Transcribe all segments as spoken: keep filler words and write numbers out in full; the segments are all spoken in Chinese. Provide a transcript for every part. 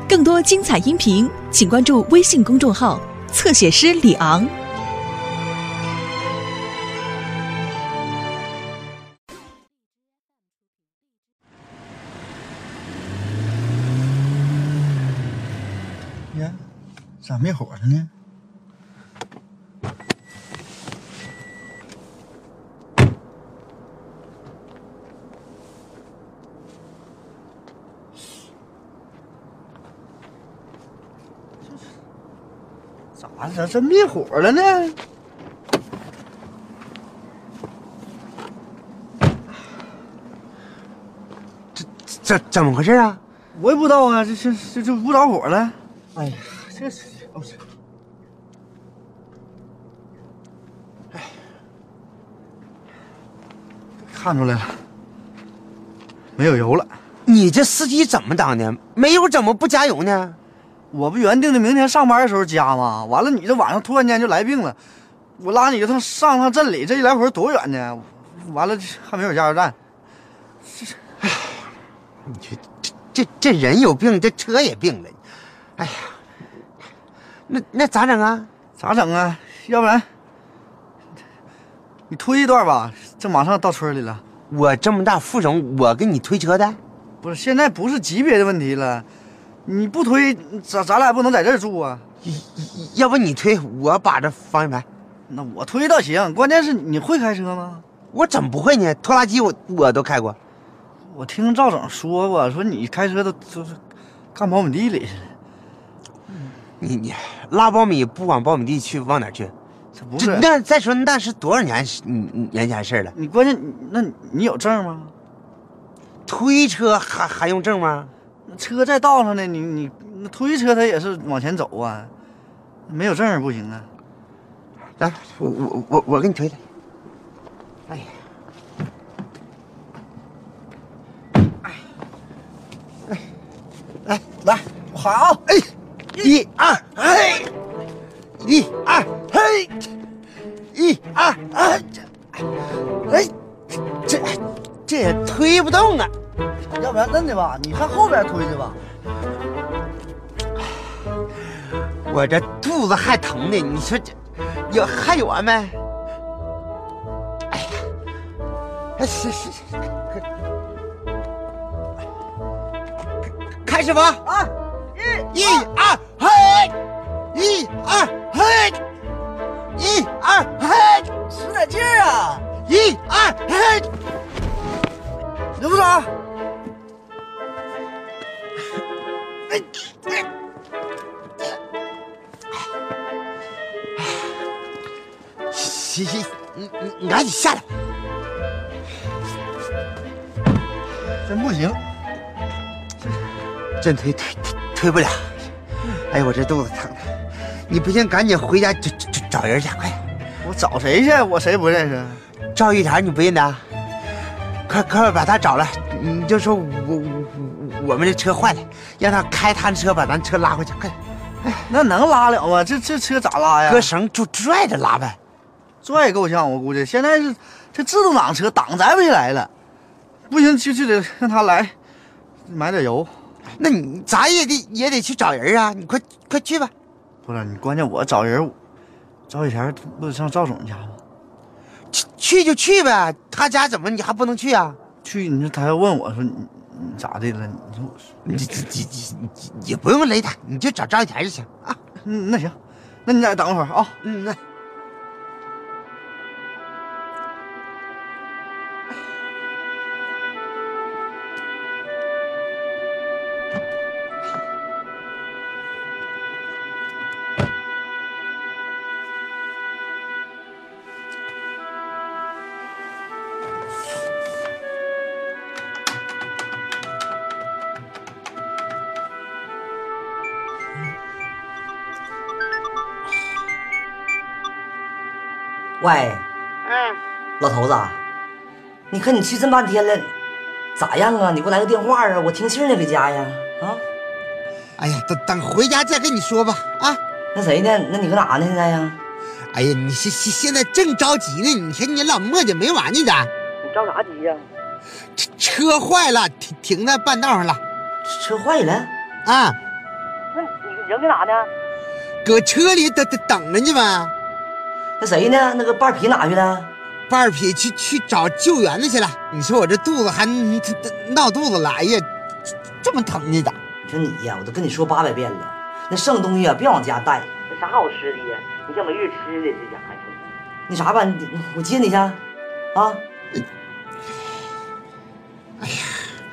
更多精彩音频，请关注微信公众号“侧写师李昂”。 呀，咋灭火了呢？咋了？这灭火了呢？ 这这怎么回事啊？ 我也不知道啊，这这这这不着火了。哎呀，这是哦是，哎，看出来了，没有油了。 你这司机怎么当的？没油怎么不加油呢？ 我不原定的明天上班的时候加吗？完了，你这晚上突然间就来病了，我拉你一趟上趟镇里，这一来回多远呢？完了还没有加油站。 哎，你这这这这人有病，这车也病了。哎呀，那那咋整啊？ 咋整啊？要不然你推一段吧，这马上到村里了。 我这么大副总，我给你推车的？ 不是，现在不是级别的问题了。你不推，咱咱俩不能在这儿住啊！ 要不你推，我把着方向盘。 那我推倒行，关键是你会开车吗？ 我怎么不会呢？拖拉机我我都开过。 我听赵总说过，说你开车都都是干苞米地里去了。 你你拉苞米不往苞米地去，往哪去？ 这不是？ 那再说那是多少年年前事了？ 你关键那你有证吗？ 推车还还用证吗？ 车在道上呢，你你那推车它也是往前走啊，没有证不行啊。 来，我我我我给你推推。哎呀，哎，来来来，好， 哎，一二嘿，一二嘿，一二哎，哎，这这也推不动啊。 要不然真的吧，你上后边推去吧。 我这肚子还疼呢，你说这有还有完没？哎呀，哎是是是，开始吧啊！一、一二嘿，一二嘿，一二嘿， 使点劲儿啊！ 一二嘿， 刘部长。 哎哎，行行，你你你赶紧下来。 真不行， 真推推推推不了。哎呦，我这肚子疼的，你不行赶紧回家找找找人去，快！ 我找谁去？我谁不认识？ 赵玉婵你不认得？快快把他找来，你就说我我我们这车坏了，让他开他的车把咱车拉回去，快！ 哎，那能拉了吗？这这车咋拉呀？ 搁绳就拽着拉呗， 拽够呛，我估计现在是这自动挡车挡载不起来了，不行就就得让他来买点油。 那你咋也得也得去找人啊！你快快去吧。 不是你，关键我找人，赵一田不得上赵总家吗？ 去去就去呗，他家怎么你还不能去啊？ 去，你说他要问我说你你咋的了？你说我你你你你也不用雷他，你就找赵一田就行啊。 嗯，那行，那你再等会儿啊。 嗯，那。 喂， 嗯， 老头子，你看你去这么半天了，咋样啊？你给我来个电话啊，我听信呢，搁家呀。啊， 哎呀，等等回家再跟你说吧。啊， 那谁呢？那你搁哪呢？现在呀？ 哎呀，你现现现在正着急呢，你说你老磨叽没完呢咋？ 你着啥急呀？ 车车坏了，停停在半道上了。 车坏了啊？ 扔在哪呢？ 搁车里等等等着呢呗。 那谁呢？那个半皮哪去了？ 半皮去去找救援的去了。你说我这肚子还闹肚子了，哎呀，这么疼呢咋？ 你说你呀，我都跟你说八百遍了，那剩东西啊别往家带，那啥好吃的呀？你像没日吃的这家伙。那啥吧，你我接你去啊。 哎呀。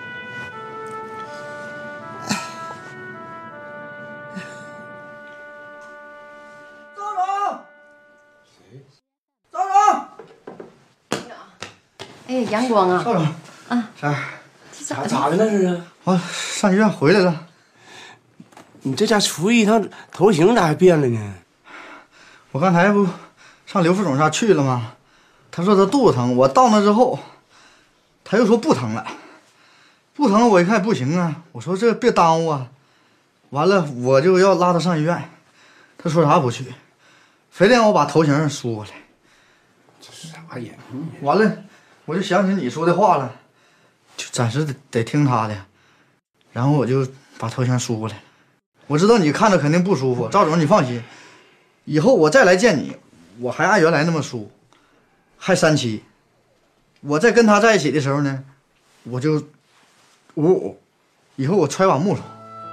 哎，阳光啊！ 赵总， 啊， 三儿， 咋咋的了这是？ 我上医院回来了。 你这家出去一趟，头型咋还变了呢？ 我刚才不上刘副总家去了吗？他说他肚子疼，我到那之后，他又说不疼了，不疼了。我一看不行啊，我说这别耽误啊。完了我就要拉他上医院，他说啥不去，非得让我把头型输过来。 这是啥人？ 完了，我就想起你说的话了，就暂时得得听他的，然后我就把头型输过来了。我知道你看着肯定不舒服，赵总你放心，以后我再来见你，我还按原来那么输，还三七。我在跟他在一起的时候呢，我就五五，以后我揣把木头。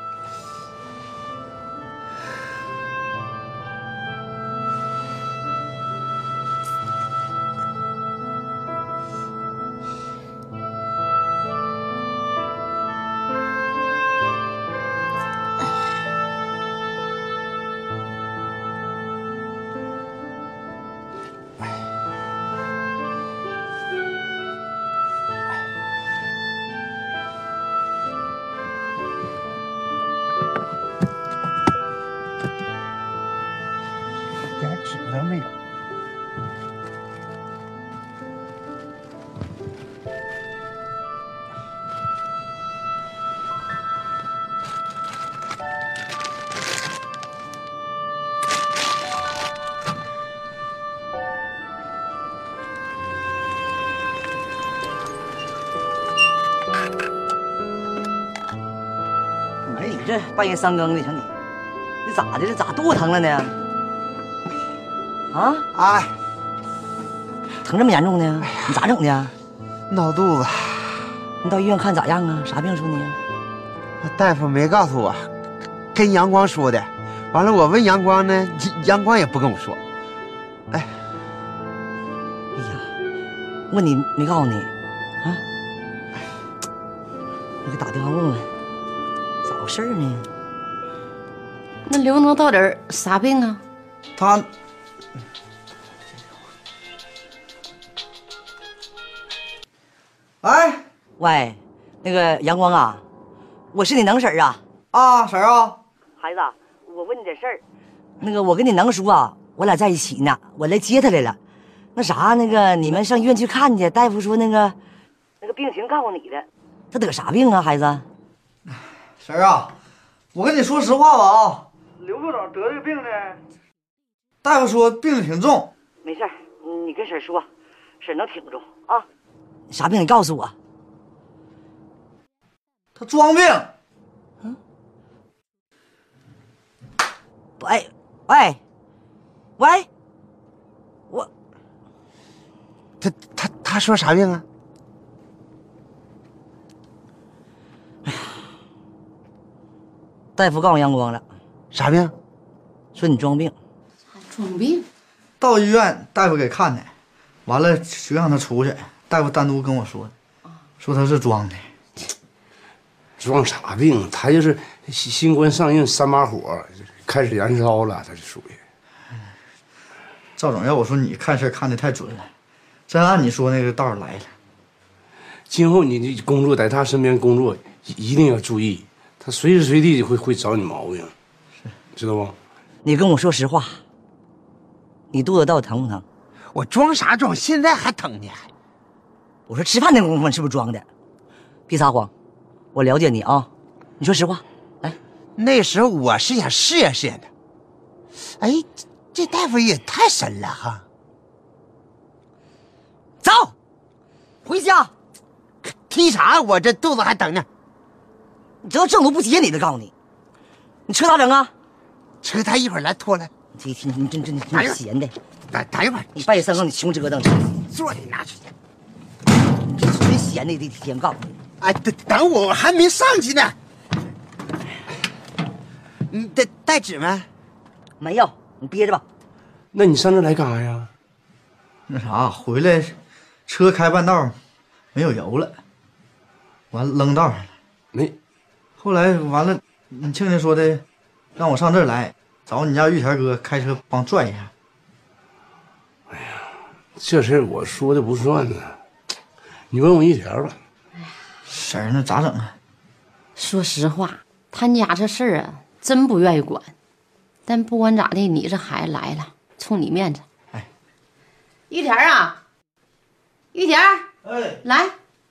纸上没有？ 哎，你这半夜三更的，瞅你，你咋的？这咋肚子疼了呢？啊？ 哎， 疼这么严重呢？你咋整的？ 闹肚子。 你到医院看咋样啊？啥病说你？ 大夫没告诉我，跟阳光说的。完了，我问阳光呢，阳光也不跟我说。哎， 哎呀，问你没告诉你啊？我给打电话问问，咋回事呢？ 那刘能到底啥病啊？ 他哎喂，那个阳光啊，我是你能婶啊。 啊婶儿啊， 孩子，我问你点事儿。那个我跟你能叔啊，我俩在一起呢，我来接他来了。那啥，那个你们上医院去看去，大夫说那个那个病情告诉你的，他得啥病啊，孩子？ 婶儿啊，我跟你说实话吧啊，刘副总得这个病呢，大夫说病得挺重。 没事儿，你跟婶说，婶能挺住啊。啥病？你告诉我。 他装病。 嗯。喂喂喂，我。 他他他说啥病啊？ 哎呀，大夫告诉阳光了。 啥病？ 说你装病。 装病？ 到医院大夫给看的，完了就让他出去。大夫单独跟我说的，说他是装的。 装啥病？他就是新冠上映三把火，开始燃烧了，他就属于。 赵总，要我说你看事看得太准了，真按你说那个道来了。 今后你工作在他身边工作，一定要注意，他随时随地会会找你毛病，知道不？ 你跟我说实话，你肚子到底疼不疼？ 我装啥装？现在还疼呢。 我说吃饭的功夫你是不是装的？别撒谎，我了解你啊。你说实话，来。 那时候我是想试验试验的。哎，这大夫也太神了哈！ 走，回家。 踢啥？我这肚子还疼呢。 你知道郑都不接你的，告诉你，你车咋整啊？ 车胎一会儿来拖来。 这一天你真真挺闲的。 等等一会儿， 你半夜三更你穷折腾， 坐你拿去。 你这纯闲的，这一天告诉你。 哎，等等我，我还没上去呢。你带带纸没？ 没有，你憋着吧。 那你上这来干啥呀？ 那啥，回来车开半道没有油了，完了扔道上了。 没。 后来完了，你庆庆说的，让我上这儿来找你家玉田哥开车帮拽一下。 哎呀，这事儿我说的不算呢，你问问玉田吧。 婶儿，那咋整啊？ 说实话，他家这事儿啊，真不愿意管。但不管咋的，你这孩子来了，冲你面子。 哎， 玉田啊，玉田， 哎， 来。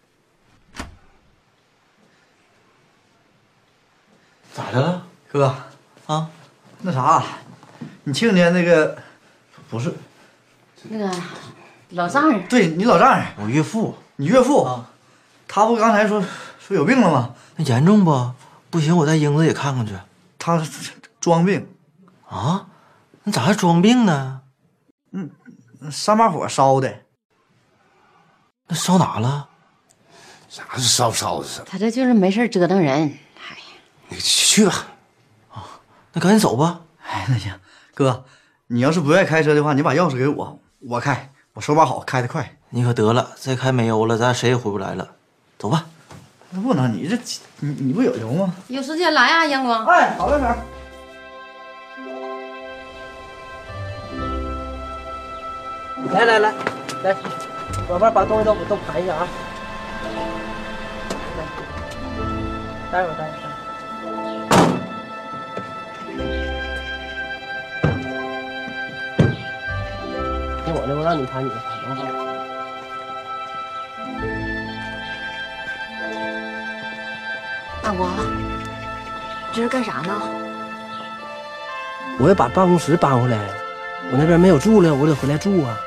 咋的了， 哥？ 啊， 那啥，你庆家那个不是那个老丈人， 对你老丈人， 我岳父， 你岳父啊， 他不刚才说说有病了吗？ 那严重不？不行，我带英子也看看去。 他装病啊？那咋还装病呢？ 嗯，三把火烧的。 那烧哪了？ 啥是烧烧的？ 他这就是没事折腾人。哎呀， 你去吧。 啊，那赶紧走吧。 哎，那行，哥，你要是不愿意开车的话，你把钥匙给我，我开，我手把好，开得快。 你可得了，再开没油了，咱谁也回不来了。走吧。 那不能，你这你你不有油吗？ 有时间来啊，阳光。 哎，好了，婶儿。 来来来来，宝贝儿，把东西都都盘一下啊！来，待会儿待会儿。听我的，我让你盘你的盘啊！ 大国，这是干啥呢？ 我要把办公室搬回来，我那边没有住了，我得回来住啊。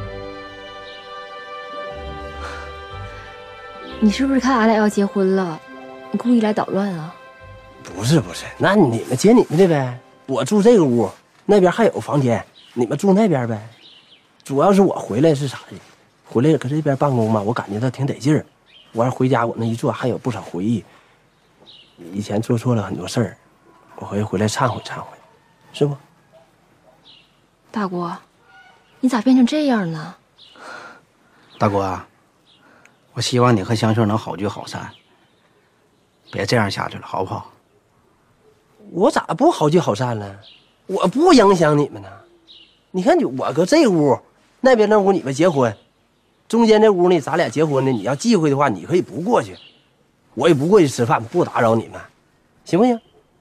你是不是看俺俩要结婚了，你故意来捣乱啊？ 不是不是，那你们结你们的呗，我住这个屋，那边还有房间，你们住那边呗。主要是我回来是啥的，回来搁这边办公嘛，我感觉到挺得劲儿。我要回家，我那一坐还有不少回忆，以前做错了很多事儿，我回回来忏悔忏悔，是不？ 大国，你咋变成这样呢？ 大国啊，我希望你和香秀能好聚好散，别这样下去了，好不好？ 我咋不好聚好散了？我不影响你们呢。你看，你我搁这屋，那边那屋你们结婚，中间这屋呢咱俩结婚呢。你要忌讳的话，你可以不过去，我也不过去吃饭，不打扰你们，行不行？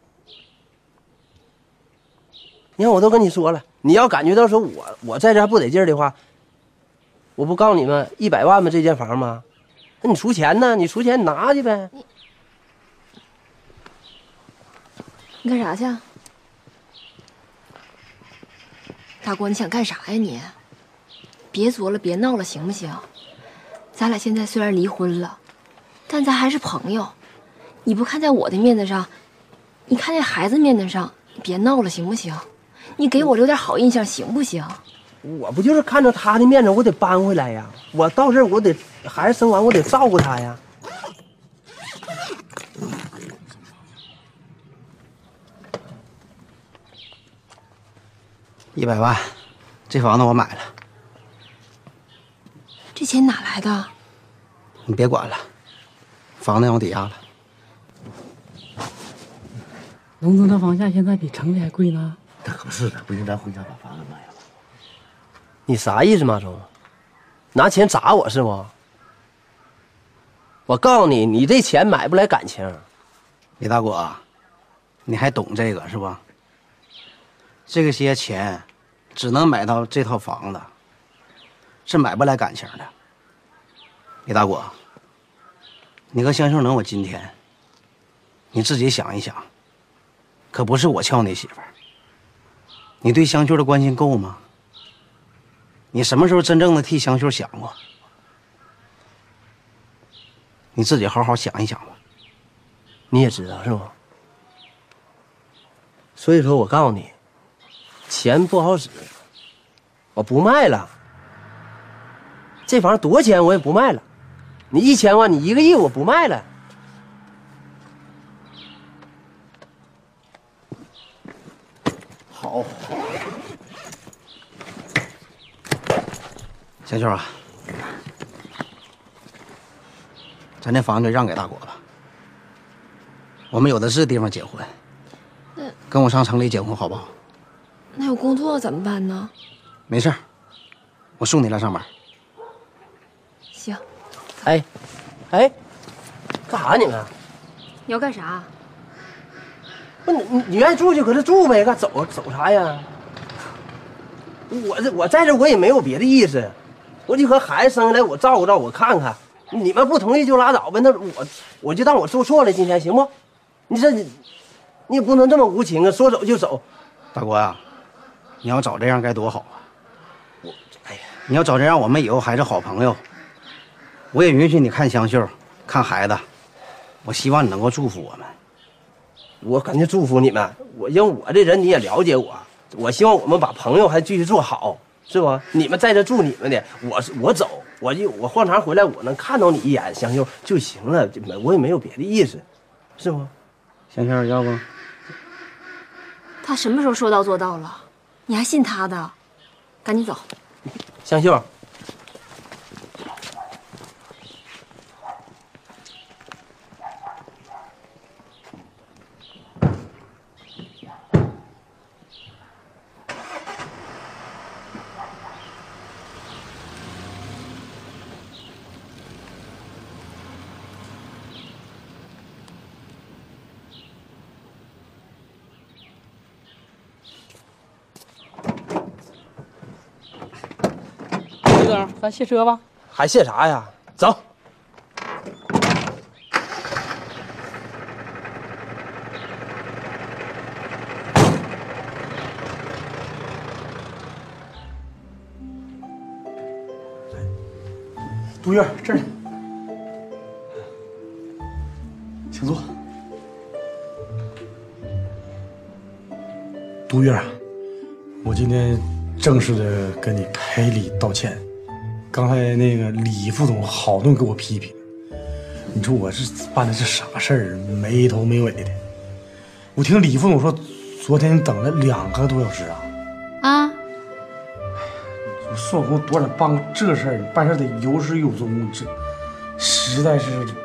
你看我都跟你说了，你要感觉到说我我在这不得劲儿的话，我不告诉你们一百万吗？这间房吗？那你出钱呢？你出钱你拿去呗。 你干啥去？大国，你想干啥呀你？别作了，别闹了，行不行？咱俩现在虽然离婚了，但咱还是朋友。你不看在我的面子上，你看在孩子面子上，你别闹了，行不行？你给我留点好印象，行不行？ 我不就是看着他的面子，我得搬回来呀。我到这儿，我得孩子生完，我得照顾他呀。 一百万，这房子我买了。 这钱哪来的？ 你别管了，房子让我抵押了。 农村的房价现在比城里还贵呢。 那可不是的，不行，咱回家把房子卖了。 你啥意思，马忠？拿钱砸我是不？我告诉你，你这钱买不来感情。 李大国，你还懂这个是吧？这个些钱只能买到这套房子，是买不来感情的。李大国，你和香秀能有今天，你自己想一想，可不是我撬你媳妇儿。你对香秀的关心够吗？你什么时候真正的替香秀想过？你自己好好想一想吧。 你也知道是不？ 所以说我告诉你，钱不好使，我不卖了。这房多少钱我也不卖了，你一千万，你一个亿我不卖了。 好，小秋啊，咱这房子让给大果吧，我们有的是地方结婚。 那跟我上城里结婚好不好？ 那有工作怎么办呢？ 没事儿，我送你来上班。 行。 哎，哎，干啥你们？ 你要干啥？ 不，你你你愿意住就搁这住呗，干走走啥呀？我这我在这我也没有别的意思，我就和孩子生下来，我照顾照顾，我看看。你们不同意就拉倒呗，那我我就当我做错了，今天行不？你这你你也不能这么无情啊，说走就走。 大国啊，你要找这样该多好啊！我哎呀，你要找这样，我们以后还是好朋友。我也允许你看香秀，看孩子。我希望你能够祝福我们。 我肯定祝福你们。我因为我这人你也了解我，我希望我们把朋友还继续做好，是吧？你们在这住你们的，我我走，我就我换场回来，我能看到你一眼，香秀就行了，我也没有别的意思，是吗？ 香秀，要不？ 他什么时候说到做到了？你还信他的？赶紧走。 香秀。 咱卸车吧。 还卸啥呀？走。 杜月，这儿呢，请坐。杜月啊，我今天正式的跟你赔礼道歉。刚才那个李副总好顿给我批评，你说我这办的是啥事儿，没头没尾的。我听李副总说，昨天你等了两个多小时啊。 啊！ 我算我给我多少帮这事儿，你办事得有始有终，这实在是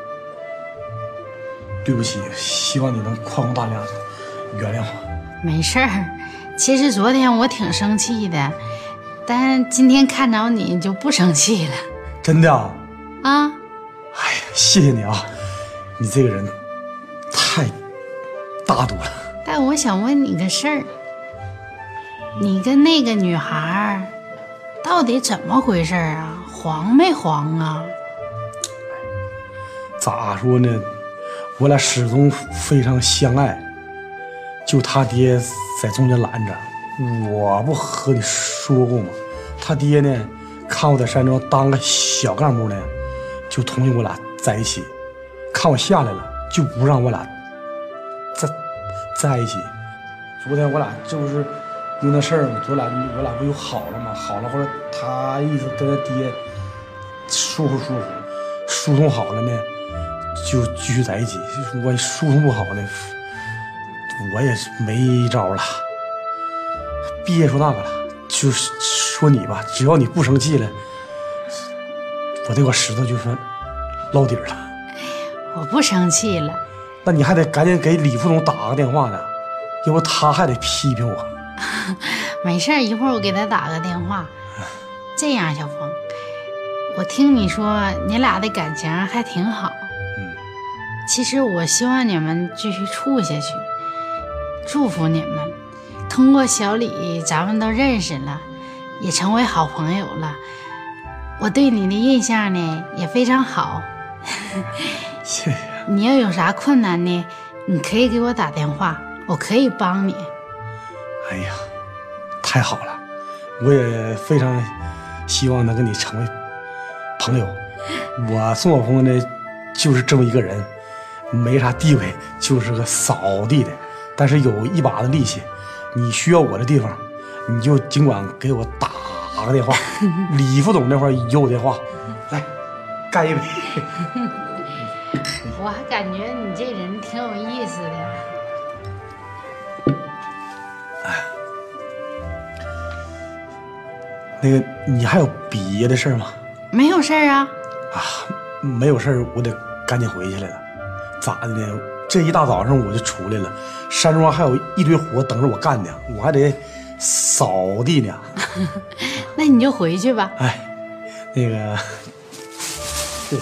对不起，希望你能宽宏大量，原谅我。 没事儿，其实昨天我挺生气的。但今天看着你就不生气了， 真的啊？ 啊！ 哎呀，谢谢你啊，你这个人太大度了。 但我想问你个事儿，你跟那个女孩到底怎么回事啊？黄没黄啊？ 咋说呢？我俩始终非常相爱，就他爹在中间拦着。我不和你说过吗？他爹呢，看我在山庄当个小干部呢，就同意我俩在一起。看我下来了，就不让我俩在在一起。昨天我俩这不是因那事儿嘛，我俩我俩不就好了吗？好了，后来他意思跟他爹疏忽疏忽，疏通好了呢，就继续在一起。我疏通不好呢，我也是没招了。别说那个了，就是说你吧，只要你不生气了，我这块石头就算捞底了。 我不生气了。 那你还得赶紧给李副总打个电话呢，要不他还得批评我。 没事，一会儿我给他打个电话。这样，小峰，我听你说你俩的感情还挺好。 嗯， 其实我希望你们继续处下去，祝福你们。通过小李，咱们都认识了，也成为好朋友了。我对你的印象呢也非常好。 谢谢。 你要有啥困难呢，你可以给我打电话，我可以帮你。 哎呀，太好了！我也非常希望能跟你成为朋友。我宋晓峰呢，就是这么一个人，没啥地位，就是个扫地的。 但是有一把的力气，你需要我的地方，你就尽管给我打个电话。李副总那块有我电话，来干一杯。 我还感觉你这人挺有意思的。 那个，你还有别的事儿吗？ 没有事儿啊。 啊，没有事儿，我得赶紧回去来了。咋的呢？这一大早上我就出来了，山庄还有一堆活等着我干呢，我还得扫地呢。 那你就回去吧。 哎，那个，这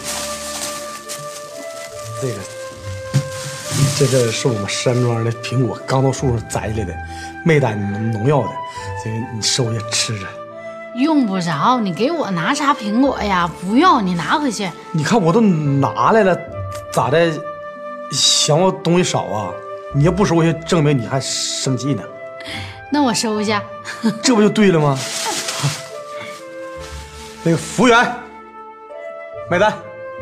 这个，这个是我们山庄的苹果，刚从树上摘下来的，没带农药的，这个你收下吃着。 用不着，你给我拿啥苹果呀？不用，你拿回去。 你看我都拿来了，咋的？嫌我东西少啊？你要不收下，证明你还生气呢。 那我收下。 这不就对了吗？那个服务员，买单。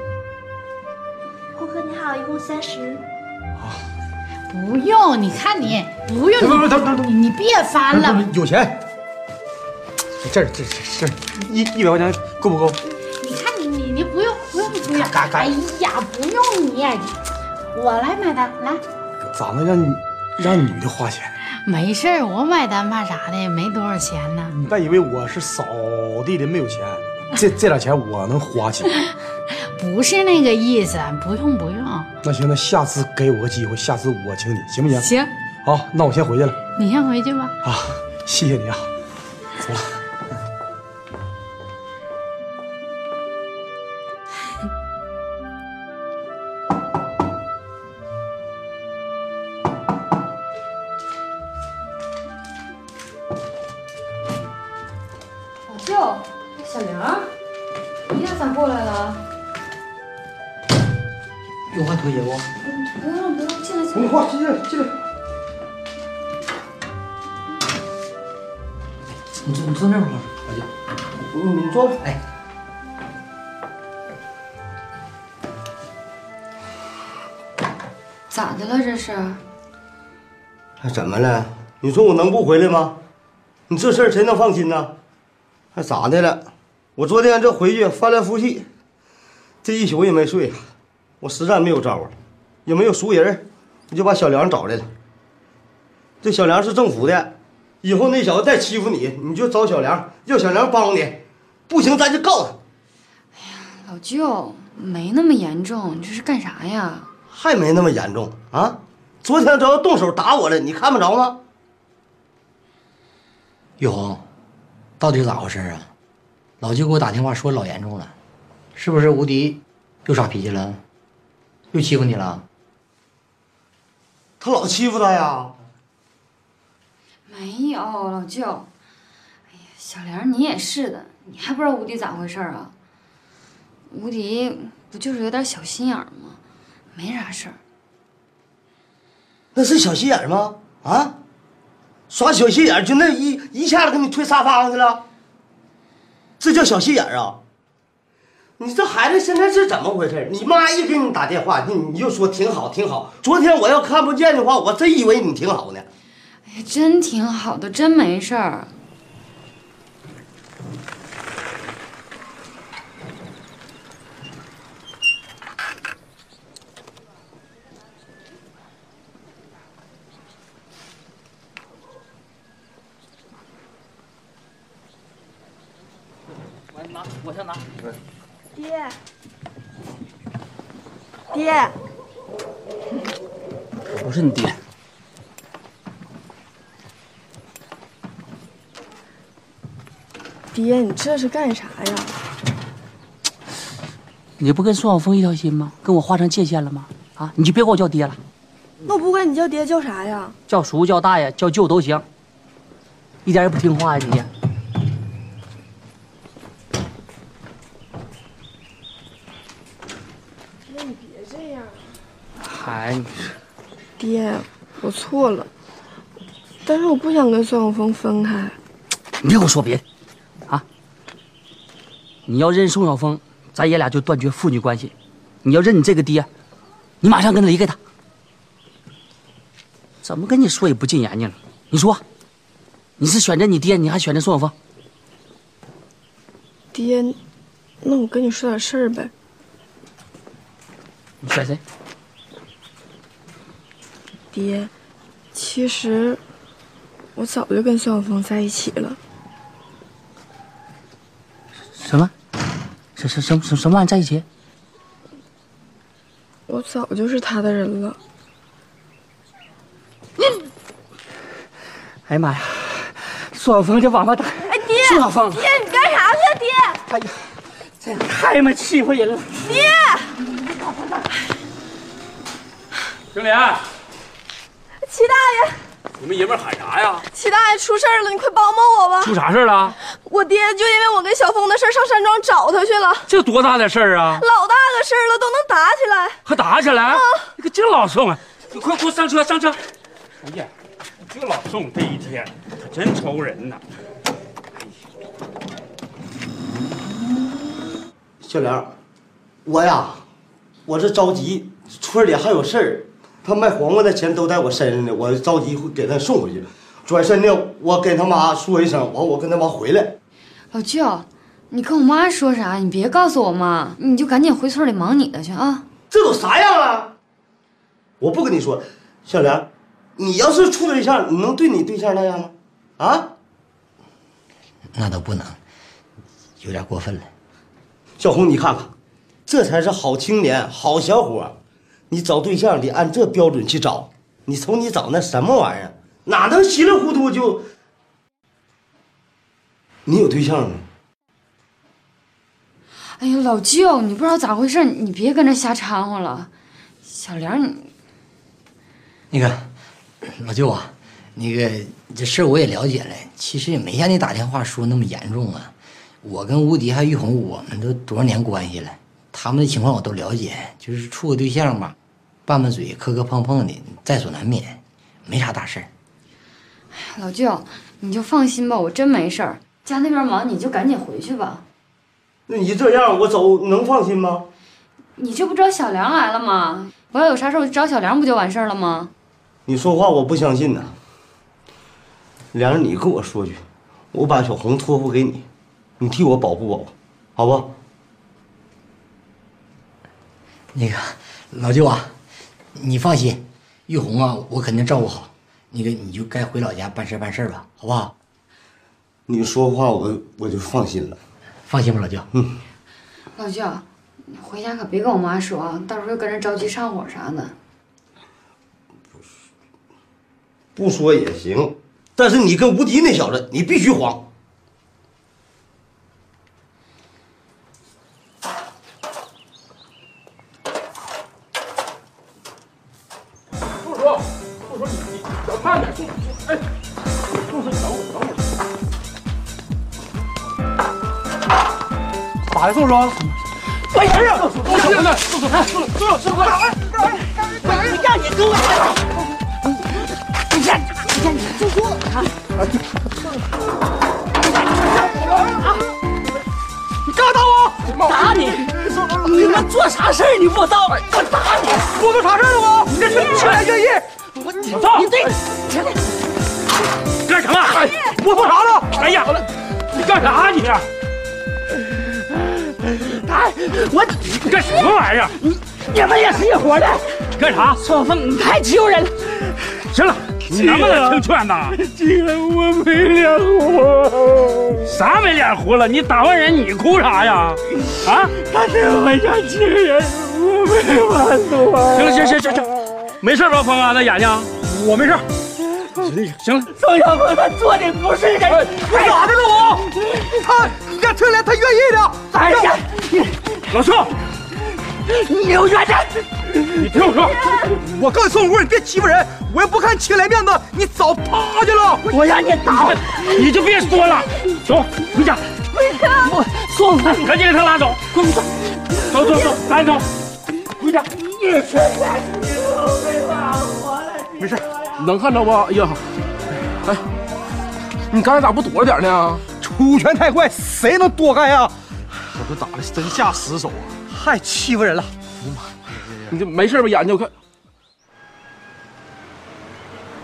顾客你好，一共三十。 不用，你看你不用， 不不不，等等等， 你别翻了。 有钱。这这这这一一百块钱够不够？ 你看你你你不用不用不用，哎呀不用你，我来买单来。 咋能让你让女的花钱？ 没事儿，我买单怕啥的，没多少钱呢。 你别以为我是扫地的没有钱，这这点钱我能花起。 不是那个意思，不用不用。 那行，那下次给我个机会，下次我请你，行不行？ 行。 好，那我先回去了。 你先回去吧。 啊，谢谢你啊，走了。 老舅，小梁，你俩咋过来了？ 有话推卸不？ 不用不用，进来进来。 没话，进来进来。 你坐你坐那会儿，老舅。你你坐吧。哎。 咋的了这是？ 还怎么了？你说我能不回来吗？你这事儿谁能放心呢？还咋的了？我昨天这回去翻来覆去，这一宿也没睡，我实在没有招了，也没有熟人，我就把小梁找来了。这小梁是政府的，以后那小子再欺负你，你就找小梁，要小梁帮你，不行咱就告他。 哎呀，老舅，没那么严重，你这是干啥呀？ 还没那么严重啊！昨天这要动手打我了，你看不着吗？ 玉红，到底咋回事啊？老舅给我打电话说老严重了，是不是吴迪又耍脾气了？又欺负你了？ 他老欺负他呀？ 没有，老舅。哎呀，小梁，你也是的，你还不知道吴迪咋回事啊？吴迪不就是有点小心眼吗？没啥事儿。 那是小心眼吗？啊？耍小心眼就那一一下子给你推沙发上去了，这叫小心眼啊！你这孩子现在是怎么回事？你妈一给你打电话，你你就说挺好挺好。昨天我要看不见的话，我真以为你挺好呢。 哎呀，真挺好的，真没事儿。 拿，我先拿。 爹，爹， 我不是你爹。 爹，你这是干啥呀？ 你不跟宋晓峰一条心吗？跟我划上界限了吗？啊，你就别管我叫爹了。 那我不管你叫爹叫啥呀？ 叫叔叫大爷叫舅都行。一点也不听话呀你。 爹，你别这样。 孩子， 爹，我错了，但是我不想跟宋晓峰分开。 你别跟我说别的，啊！你要认宋晓峰，咱爷俩就断绝父女关系；你要认你这个爹，你马上跟他离开他。 怎么跟你说也不进眼睛了？你说，你是选择你爹，你还选择宋晓峰？ 爹，那我跟你说点事儿呗。 你选谁？ 爹，其实我早就跟宋晓峰在一起了。 什么？什什什什什么玩意在一起？ 我早就是他的人了。 哎呀妈呀！宋晓峰这王八蛋！ 哎，爹！ 宋晓峰， 爹，你干啥去，爹？ 哎呀，这太他妈欺负人了！ 爹！ 经理， 齐大爷， 你们爷们喊啥呀？ 齐大爷出事了，你快帮帮我吧！ 出啥事了？ 我爹就因为我跟小峰的事上山庄找他去了。 这多大的事儿啊！ 老大个事儿了，都能打起来。 还打起来？ 啊、 你可真老宋啊！你快给我上车，上车！哎呀，这老宋这一天可真愁人呐。 小梁，我呀，我这着急，村里还有事儿，他卖黄瓜的钱都在我身上呢，我着急会给他送回去。转身呢，我跟他妈说一声，完我跟他妈回来。 老舅，你跟我妈说啥？你别告诉我妈，你就赶紧回村里忙你的去啊！ 这都啥样了？我不跟你说，小梁，你要是处对象，你能对你对象那样吗？啊？ 那倒不能，有点过分了。 小红，你看看，这才是好青年、好小伙。你找对象得按这标准去找。你瞅你找那什么玩意儿，哪能稀里糊涂就？你有对象吗？ 哎呀，老舅，你不知道咋回事，你别跟这瞎掺和了。小梁，你那个老舅啊，那个这事儿我也了解了，其实也没像你打电话说那么严重啊。我跟吴迪还玉红，我们都多少年关系了，他们的情况我都了解，就是处个对象吧，拌拌嘴，磕磕碰碰的，在所难免，没啥大事儿。 老舅，你就放心吧，我真没事儿。家那边忙，你就赶紧回去吧。 那你这样，我走能放心吗？ 你这不找小梁来了吗？我要有啥事我就找小梁，不就完事儿了吗？ 你说话我不相信呐。梁儿，你跟我说句，我把小红托付给你，你替我保护保护，好不？ 那个老舅啊，你放心，玉红啊，我肯定照顾好。那个你就该回老家办事办事吧，好不好？ 你说话我我就放心了， 放心吧，老舅。 嗯。 老舅，你回家可别跟我妈说啊，到时候又跟人着急上火啥的。 不说也行，但是你跟吴迪那小子，你必须黄。 叔叔，叔叔，你你小看点，叔叔，哎，叔叔，等会儿，等会儿。 咋的，宋叔？ 来人呀！ 宋叔，宋叔，宋叔，宋叔，宋叔，快点！ 你让你跟我来！你看，你看，宋叔，啊！ 你干啥打我？ 打你！你们做啥事儿你不知道？我打你！ 我做啥事儿了我？你这是前来愿意？ 我我操！ 你对， 干什么？ 我做啥了？ 哎呀，你干啥你？ 他，我你干什么玩意儿？ 你你们也是一伙的， 干啥？ 宋峰，你太欺负人了！ 行了，你能不能听劝呐？ 今天我没脸活。 啥没脸活了？你打完人你哭啥呀？啊？ 他是我家亲人，我没法做。 行了，行行行行，没事吧，峰啊？那眼睛？我没事。行了， 宋晓峰他做的不是人， 我咋的了我？他干车来他愿意的。 哎呀， 老宋， 你有冤的！ 你听我说， 我告诉宋五，你别欺负人，我也不看亲来面子，你早趴下了。 我让你打， 你就别说了，走回家。 回家，我宋峰， 赶紧给他拉走，快快走走走，赶紧走，回家。 你现在你都没法活了， 没事。能看着不？哎呀，哎，你刚才咋不躲着点呢？出拳太快，谁能躲开呀？我这打的真下死手啊！太欺负人了！哎呀妈呀！你这没事吧？眼睛我看。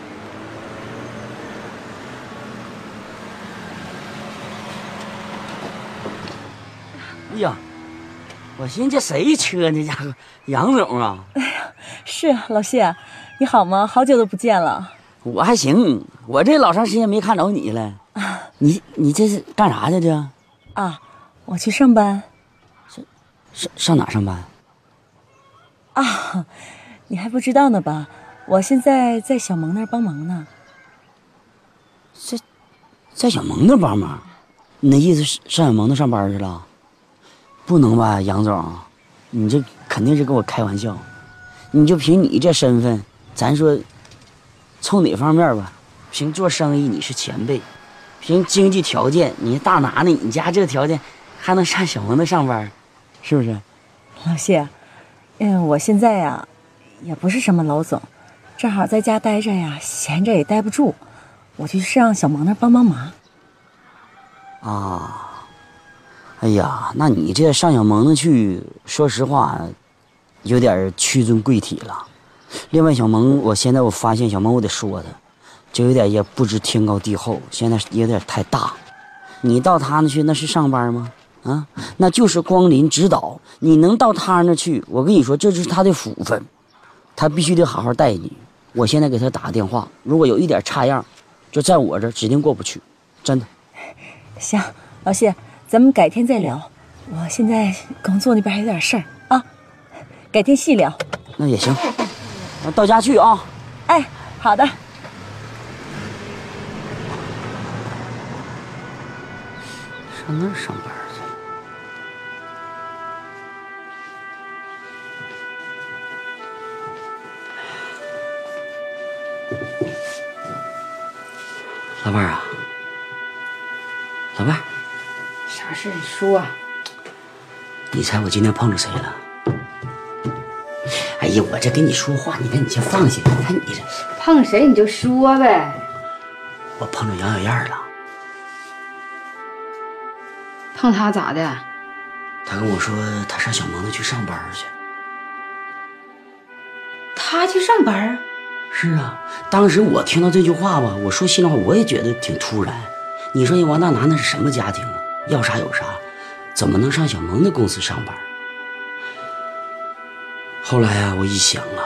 呀，我寻思这谁车呢？家伙，杨总啊！ 哎呀，是啊，老谢，你好吗？好久都不见了。 我还行，我这老长时间没看着你了。啊、你你这是干啥去这？ 啊，我去上班。 上上上哪上班？ 啊，你还不知道呢吧？我现在在小萌那儿帮忙呢。 在在小萌那儿帮忙？你那意思是上小萌那上班去了？不能吧，杨总，你这肯定是跟我开玩笑。你就凭你这身份，咱说，从哪方面吧？凭做生意你是前辈，凭经济条件你大拿呢，你家这条件还能上小萌那上班，是不是？ 老谢，嗯，我现在呀，也不是什么老总，正好在家待着呀，闲着也待不住，我就上小萌那帮帮忙。 啊。哎呀，那你这上小萌那去，说实话，有点屈尊贵体了。另外，小萌，我现在我发现小萌，我得说他，就有点也不知天高地厚，现在有点太大。你到他那去，那是上班吗？啊，那就是光临指导。你能到他那去，我跟你说，这就是他的福分，他必须得好好待你。我现在给他打个电话，如果有一点差样，就在我这指定过不去，真的。 行，老谢。咱们改天再聊，我现在工作那边还有点事儿啊，改天细聊。 那也行，那到家去啊。 哎，好的。 上那儿上班去。老伴儿啊，老伴儿。 啥事你说？ 你猜我今天碰着谁了？哎呀，我这跟你说话，你看你先放下。你看你这碰谁你就说呗。 我碰着杨小燕了。 碰她咋的？ 她跟我说她上小萌那去上班去。 她去上班？ 是啊，当时我听到这句话吧，我说心里话，我也觉得挺突然。你说人王大拿那是什么家庭啊？要啥有啥，怎么能上小萌的公司上班？后来啊，我一想啊，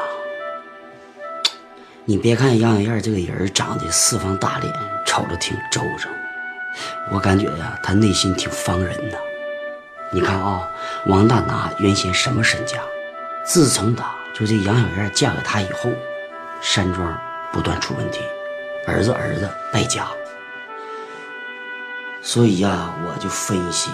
你别看杨小燕这个人长得四方大脸，瞅着挺周正，我感觉呀，她内心挺方人呐。你看啊，王大拿原先什么身家？自从打就这杨小燕嫁给他以后，山庄不断出问题，儿子儿子败家。所以呀、啊，我就分析，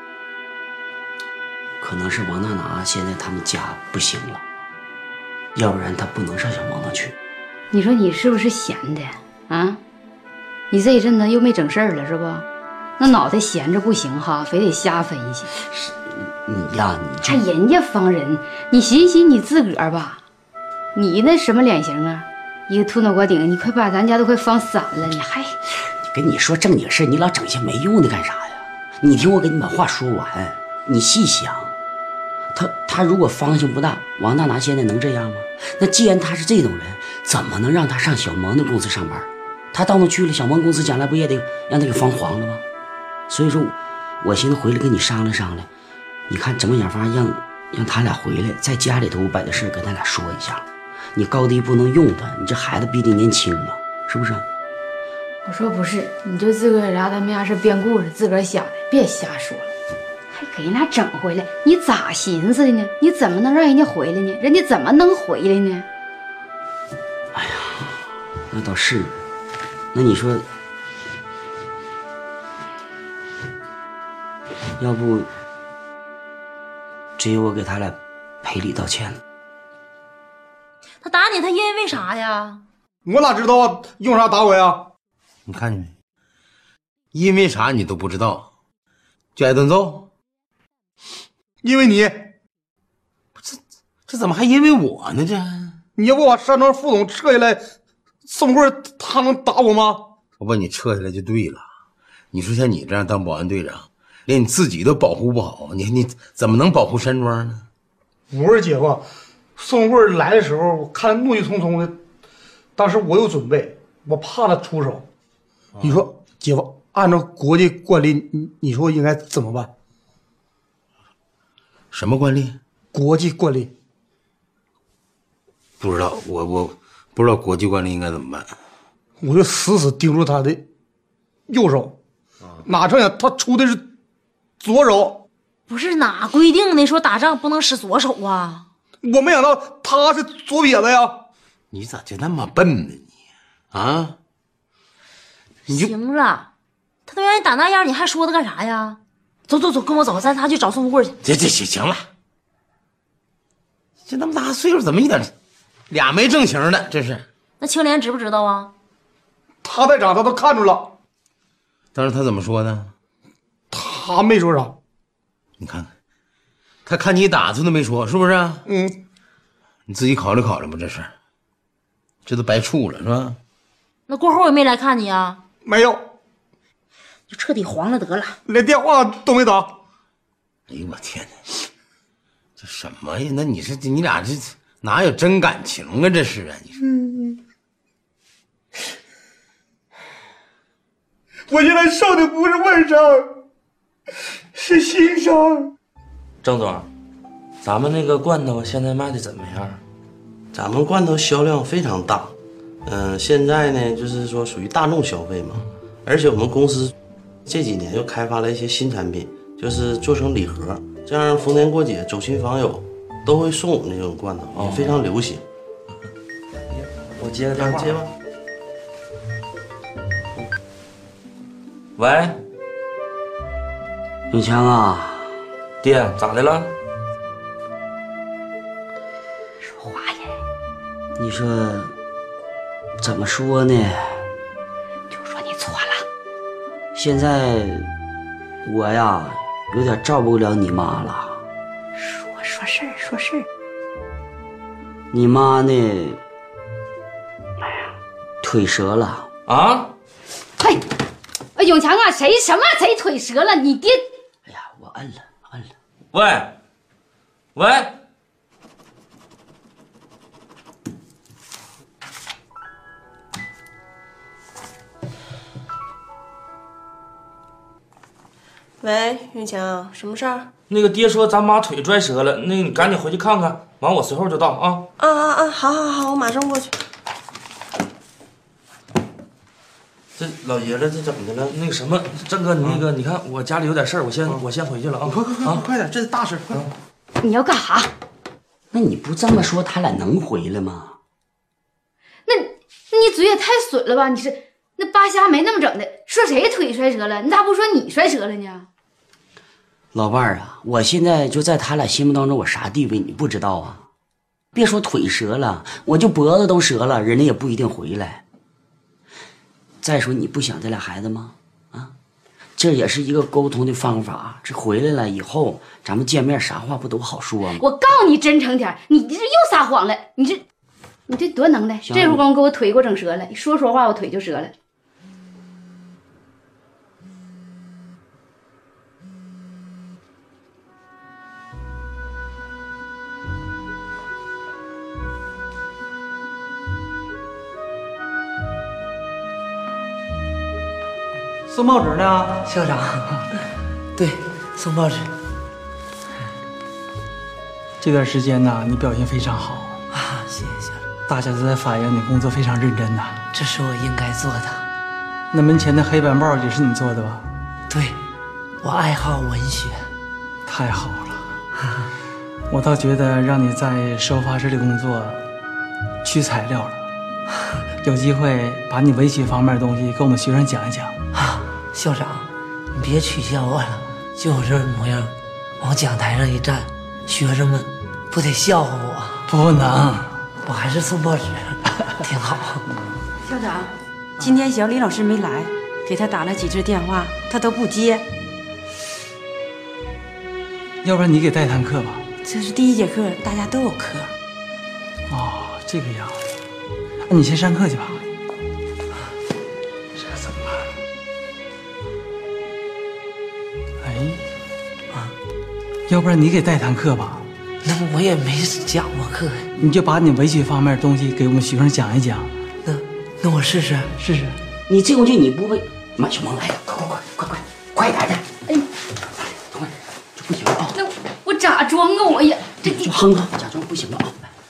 可能是王大拿现在他们家不行了，要不然他不能上小萌那去。 你说你是不是闲的啊？你这一阵子又没整事儿了是不？那脑袋闲着不行哈，非得瞎分析。 是你呀，你还人家方人，你寻寻你自个儿吧，你那什么脸型啊？一个秃脑瓜顶，你快把咱家都快放散了，你还。 跟你说正经事，你老整些没用的干啥呀？你听我给你把话说完，你细想，他他如果方向不大，王大拿现在能这样吗？那既然他是这种人，怎么能让他上小萌的公司上班？他到那去了，小萌公司将来不也得让他给防黄了吗？所以说，我寻思回来跟你商量商量，你看怎么想法让让他俩回来，在家里头我把这事跟他俩说一下。你高低不能用他，你这孩子毕竟年轻嘛，是不是？ 我说不是，你就自个儿俩咱们家是编故事，自个儿想的，别瞎说了，还给人俩整回来，你咋寻思的呢？你怎么能让人家回来呢？人家怎么能回来呢？ 哎呀，那倒是，那你说，要不只有我给他俩赔礼道歉了。 他打你，他因为啥呀？ 我哪知道啊？用啥打我呀？ 你看见没？因为啥你都不知道，就挨顿揍。 因为你， 这这怎么还因为我呢？这你要不把山庄副总撤下来，宋贵他能打我吗？ 我把你撤下来就对了。你说像你这样当保安队长，连你自己都保护不好，你你怎么能保护山庄呢？ 不是姐夫，宋贵来的时候，我看怒气冲冲的，当时我有准备，我怕他出手。你说姐夫，按照国际惯例，你你说应该怎么办？ 什么惯例？ 国际惯例。 不知道，我我不知道国际惯例应该怎么办。 我就死死盯住他的右手，哪成想他出的是左手。 不是哪规定的说打仗不能使左手啊？ 我没想到他是左撇子呀。 你咋就那么笨呢你？啊？你就行了，他都让你打那样，你还说他干啥呀？走走走，跟我走，咱仨去找宋富贵去。 这这行行了，这那么大岁数怎么一点俩没正形的？这是。 那青莲知不知道啊？ 他在场，他都看住了。 当时他怎么说的？ 他没说啥。 你看看，他看你打他都没说，是不是？ 嗯。 你自己考虑考虑吧，这事，这都白处了，是吧？ 那过后也没来看你啊？ 没有。 就彻底黄了得了， 连电话都没打。 哎呦我天哪，这什么呀？那你是你俩这哪有真感情啊？这是啊，你说。 嗯。我现在受的不是外伤，是心伤。 郑总，咱们那个罐头现在卖的怎么样？ 咱们罐头销量非常大，嗯、呃，现在呢就是说属于大众消费嘛，而且我们公司这几年又开发了一些新产品，就是做成礼盒，这样逢年过节、走亲访友都会送我们这种罐头，也非常流行。 我接个电话， 接吧。 喂， 永强啊， 爹，咋的了？ 说话呀！你说怎么说呢？ 就说你错了。 现在我呀，有点照顾不了你妈了。 说说事儿，说事儿。 你妈呢？哎呀，腿折了啊！ 嘿。哎，永强啊，谁什么谁腿折了？你爹？ 哎呀，我摁了，摁了。 喂，喂， 喂，永强，什么事儿？ 那个爹说咱妈腿拽折了，那个你赶紧回去看看，完我随后就到啊。 啊啊啊！好好好，我马上过去。 这老爷子这怎么的了？那个什么，郑哥，你那个，你看我家里有点事儿，我先我先回去了啊！ 快快快，快点，这是大事！快！ 你要干啥？ 那你不这么说，他俩能回来吗？ 那那你嘴也太损了吧！你是那扒瞎没那么整的，说谁腿摔折了？你咋不说你摔折了呢？ 老伴儿啊，我现在就在他俩心目当中，我啥地位你不知道啊？别说腿折了，我就脖子都折了，人家也不一定回来。再说你不想这俩孩子吗？啊，这也是一个沟通的方法。这回来了以后，咱们见面啥话不都好说吗？ 我告诉你真诚点，你这又撒谎了！你这，你这多能耐！这会儿光给我腿给我整折了，一说说话我腿就折了。 送报纸呢， 校长。对，送报纸。 这段时间呢，你表现非常好啊，谢谢校长。 大家都在反映你工作非常认真呐。 这是我应该做的。 那门前的黑板报也是你做的吧？ 对，我爱好文学。 太好了，我倒觉得让你在收发室里工作，缺材料了。有机会把你文学方面的东西跟我们学生讲一讲。 啊，校长，你别取笑我了，就我这模样，往讲台上一站，学生们不得笑话我？ 不能， 我还是送报纸，挺好。 校长，今天小李老师没来，给他打了几次电话，他都不接。 要不然你给带堂课吧？ 这是第一节课，大家都有课。 哦，这个样子。那你先上课去吧。这怎么办？哎，啊，要不然你给带堂课吧？ 那么我也没讲过课。 你就把你文学方面的东西给我们学生讲一讲。 那那我试试试试。 你这回去你不会，马小萌来了，快快快快快快点的！哎，快，这不行啊！ 那我咋装啊！我也这就哼哼，假装不行了啊！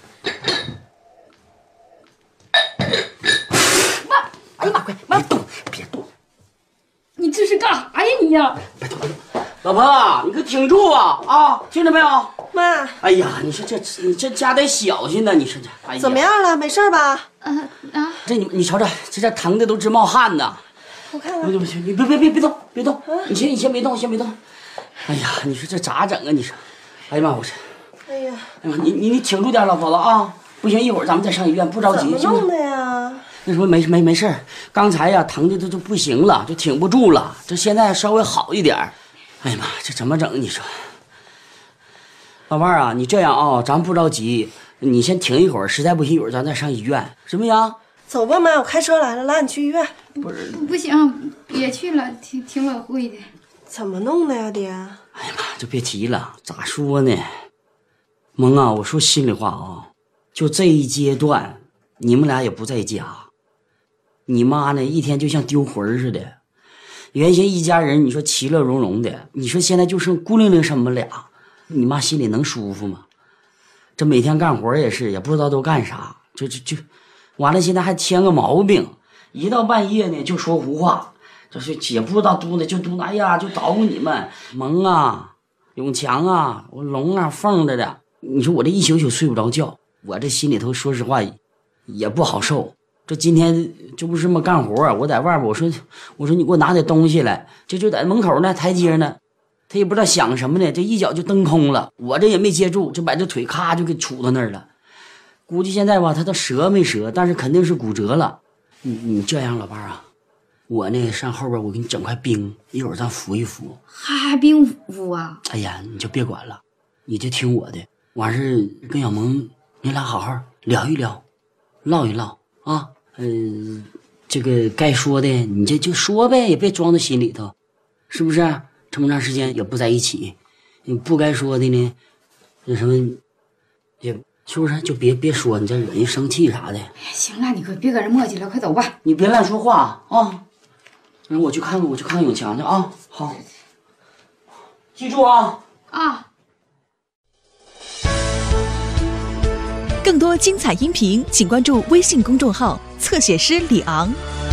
妈，哎呀妈，快别动，别动！你这是干啥呀你呀？ 老婆，你可挺住啊啊！听着没有？ 妈， 哎呀，你说这你这家得小心呐！你说这，哎呀， 怎么样了？没事吧？ 嗯啊， 这你你瞧瞧，这这疼的都直冒汗呐！ 我看看。 不行不行，你别别别别动，别动！你先你先别动，先别动。哎呀，你说这咋整啊？你说，哎呀妈，我这， 哎呀， 哎呀妈，你你你挺住点，老婆子啊！不行，一会儿咱们再上医院，不着急。 怎么弄的呀？ 那什么没没没事儿，刚才呀疼的都都不行了，就挺不住了。这现在稍微好一点。哎呀妈，这怎么整？你说，老伴儿啊，你这样啊，咱不着急，你先停一会儿，实在不行一会儿咱再上医院，行不行？ 走吧，妈，我开车来了，拉你去医院。 不是， 不不行，别去了，挺挺晚会的。 怎么弄的呀，爹？ 哎呀妈，就别提了，咋说呢？萌啊，我说心里话啊，就这一阶段，你们俩也不在家，你妈呢一天就像丢魂似的。原先一家人，你说其乐融融的，你说现在就剩孤零零什么俩，你妈心里能舒服吗？这每天干活也是，也不知道都干啥，就就就，完了现在还添个毛病，一到半夜呢就说胡话，就是也不知道嘟囔就嘟囔，哎呀就捣鼓你们萌啊、永强啊、我龙啊、凤着的，你说我这一宿宿睡不着觉，我这心里头说实话也不好受。这今天这不是么干活，我在外边，我说我说你给我拿点东西来，这就在门口呢，台阶呢，他也不知道想什么呢，这一脚就蹬空了，我这也没接住，就把这腿咔就给杵到那儿了。估计现在吧，他都折没折，但是肯定是骨折了。你你这样，老伴儿啊，我呢上后边我给你整块冰，一会儿咱敷一敷。 还冰敷啊？ 哎呀，你就别管了，你就听我的，完事跟小萌你俩好好聊一聊，唠一唠啊。嗯、呃，这个该说的你这就说呗，也别装在心里头，是不是？这么长时间也不在一起，你不该说的呢，那什么，也是不是？就别别说，你这惹人生气啥的。 行了，你快别搁这磨叽了，快走吧。 你别乱说话啊！让我去看看，我去看看永强去啊！好，记住啊！ 啊。 更多精彩音频，请关注微信公众号“侧写师李昂”。